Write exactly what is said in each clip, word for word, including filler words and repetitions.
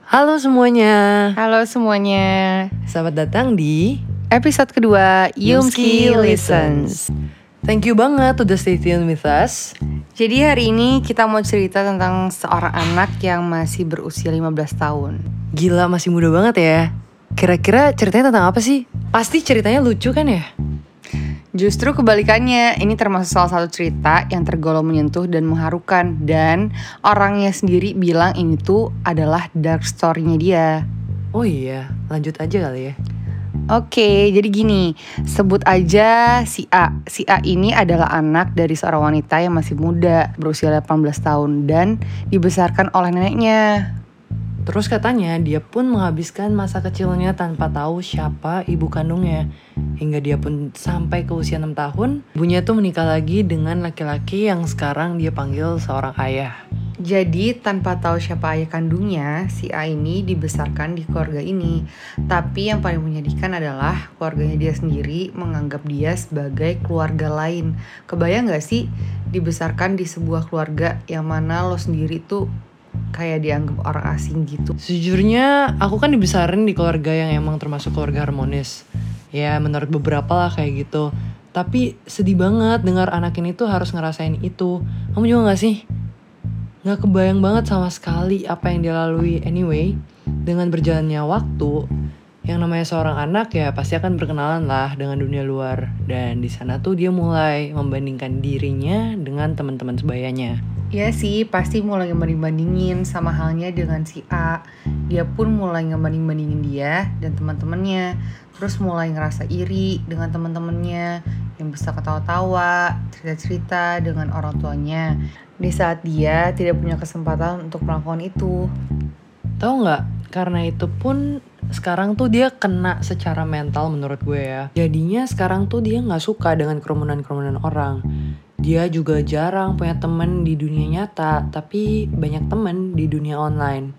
Halo semuanya, Halo semuanya. selamat datang di Episode kedua Yumski Yumski Listens. Thank you banget udah stay tune with us. Jadi hari ini kita mau cerita tentang seorang anak yang masih berusia lima belas tahun. Gila masih muda banget ya. Kira-kira ceritanya tentang apa sih? Pasti ceritanya lucu kan ya? Justru kebalikannya, ini termasuk salah satu cerita yang tergolong menyentuh dan mengharukan. Dan orangnya sendiri bilang ini tuh adalah dark story-nya dia. Oh iya, lanjut aja kali ya. Oke, jadi gini, sebut aja si A. Si A ini adalah anak dari seorang wanita yang masih muda, berusia delapan belas tahun dan dibesarkan oleh neneknya. Terus katanya dia pun menghabiskan masa kecilnya tanpa tahu siapa ibu kandungnya. Hingga dia pun sampai ke usia enam tahun, ibunya tuh menikah lagi dengan laki-laki yang sekarang dia panggil seorang ayah. Jadi tanpa tahu siapa ayah kandungnya, si A ini dibesarkan di keluarga ini. Tapi yang paling menyedihkan adalah keluarganya dia sendiri menganggap dia sebagai keluarga lain. Kebayang gak sih dibesarkan di sebuah keluarga yang mana lo sendiri tuh kayak dianggap orang asing gitu? Sejujurnya aku kan dibesarin di keluarga yang emang termasuk keluarga harmonis. Ya menurut beberapa lah kayak gitu. Tapi sedih banget dengar anak ini tuh harus ngerasain itu. Kamu juga gak sih? Gak kebayang banget sama sekali apa yang dia lalui. Anyway, dengan berjalannya waktu, yang namanya seorang anak ya pasti akan berkenalan lah dengan dunia luar. Dan di sana tuh dia mulai membandingkan dirinya dengan teman-teman sebayanya. Iya sih, pasti mulai ngebanding-bandingin sama halnya dengan si A. Dia pun mulai ngebanding-bandingin dia dan teman-temannya. Terus mulai ngerasa iri dengan teman-temannya yang bisa ketawa-tawa, cerita-cerita dengan orang tuanya. Di saat dia tidak punya kesempatan untuk melakukan itu. Tahu nggak? Karena itu pun sekarang tuh dia kena secara mental menurut gue ya. Jadinya sekarang tuh dia nggak suka dengan kerumunan-kerumunan orang. Dia juga jarang punya temen di dunia nyata, tapi banyak temen di dunia online.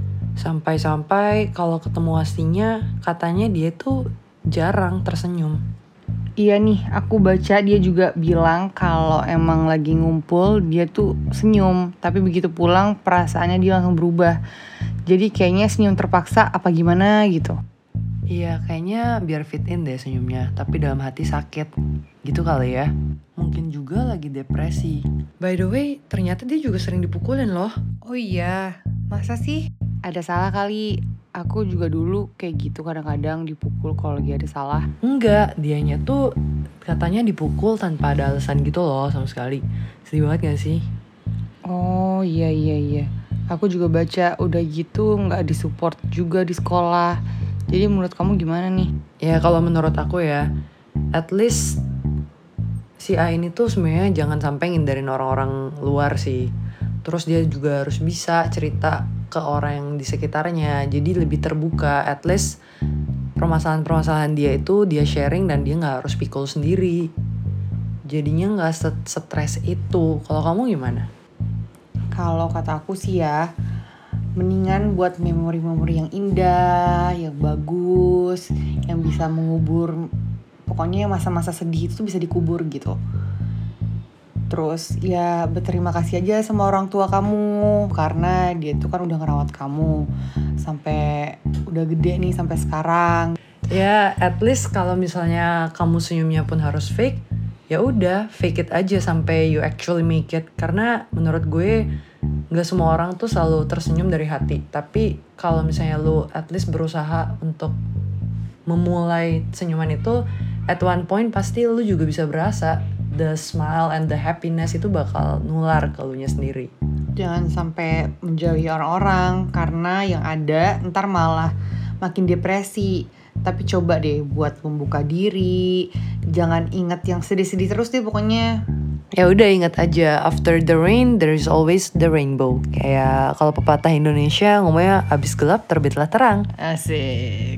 Sampai-sampai kalau ketemu aslinya, katanya dia tuh jarang tersenyum. Iya nih, aku baca dia juga bilang kalau emang lagi ngumpul dia tuh senyum. Tapi begitu pulang perasaannya dia langsung berubah. Jadi kayaknya senyum terpaksa apa gimana gitu. Iya, kayaknya biar fit in deh senyumnya, tapi dalam hati sakit. Gitu kali ya. Mungkin juga lagi depresi. By the way, ternyata dia juga sering dipukulin loh. Oh iya, masa sih? Ada salah kali. Aku juga dulu kayak gitu kadang-kadang dipukul kalau lagi ada salah. Enggak, dianya tuh katanya dipukul tanpa ada alasan gitu loh sama sekali. Sedih banget gak sih? Oh iya iya iya. Aku juga baca udah gitu nggak disupport juga di sekolah. Jadi menurut kamu gimana nih? Ya kalau menurut aku ya, at least si A ini tuh sebenarnya jangan sampai ngindarin orang-orang luar sih. Terus dia juga harus bisa cerita ke orang yang di sekitarnya. Jadi lebih terbuka. At least permasalahan-permasalahan dia itu dia sharing dan dia gak harus pikul sendiri. Jadinya gak stres itu. Kalau kamu gimana? Kalau kata aku sih ya, mendingan buat memori-memori yang indah, yang bagus, yang bisa mengubur, pokoknya masa-masa sedih itu bisa dikubur gitu. Terus ya berterima kasih aja sama orang tua kamu, karena dia tuh kan udah ngerawat kamu sampai udah gede nih sampai sekarang. Ya at least kalau misalnya kamu senyumnya pun harus fake, ya udah fake it aja sampai you actually make it. Karena menurut gue nggak semua orang tuh selalu tersenyum dari hati. Tapi kalau misalnya lu at least berusaha untuk memulai senyuman itu, at one point pasti lu juga bisa berasa the smile and the happiness itu bakal nular ke lunya sendiri. Jangan sampai menjauhi orang-orang, karena yang ada ntar malah makin depresi. Tapi coba deh buat membuka diri. Jangan ingat yang sedih-sedih terus deh pokoknya. Ya udah ingat aja, after the rain there is always the rainbow. Kayak kalau pepatah Indonesia ngomongnya abis gelap terbitlah terang. Asik.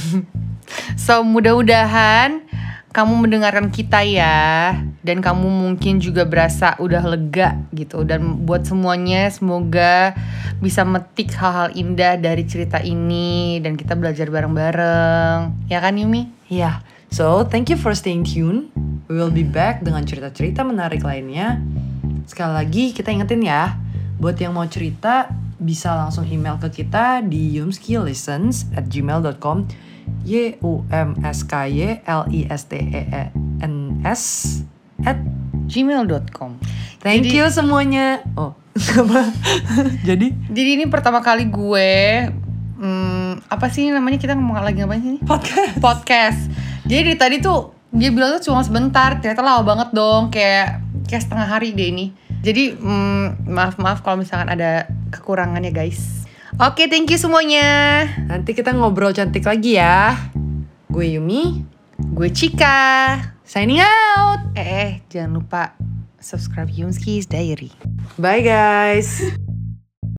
So mudah-mudahan kamu mendengarkan kita ya, dan kamu mungkin juga berasa udah lega gitu. Dan buat semuanya semoga bisa metik hal-hal indah dari cerita ini dan kita belajar bareng-bareng. Ya kan Yumi? Ya, yeah. So thank you for staying tuned. We will be back dengan cerita-cerita menarik lainnya. Sekali lagi kita ingetin ya, buat yang mau cerita bisa langsung email ke kita di yumskilistens at gmail dot com. Y U M S K Y L I S T E N S at gmail dot com. Thank Jadi- you semuanya. Oh, apa? Jadi Jadi ini pertama kali gue hmm, apa sih namanya, kita ngomong lagi ngapain sih? podcast. Podcast. Jadi dari tadi tuh dia bilang tuh cuma sebentar, ternyata lama banget dong, kayak kayak setengah hari deh ini. Jadi hmm, maaf maaf kalau misalkan ada kekurangan ya guys. Oke, thank you semuanya. Nanti kita ngobrol cantik lagi ya. Gue Yumi, Gue Cika. signing out. Eh, eh jangan lupa subscribe Yumski's Diary. Bye guys.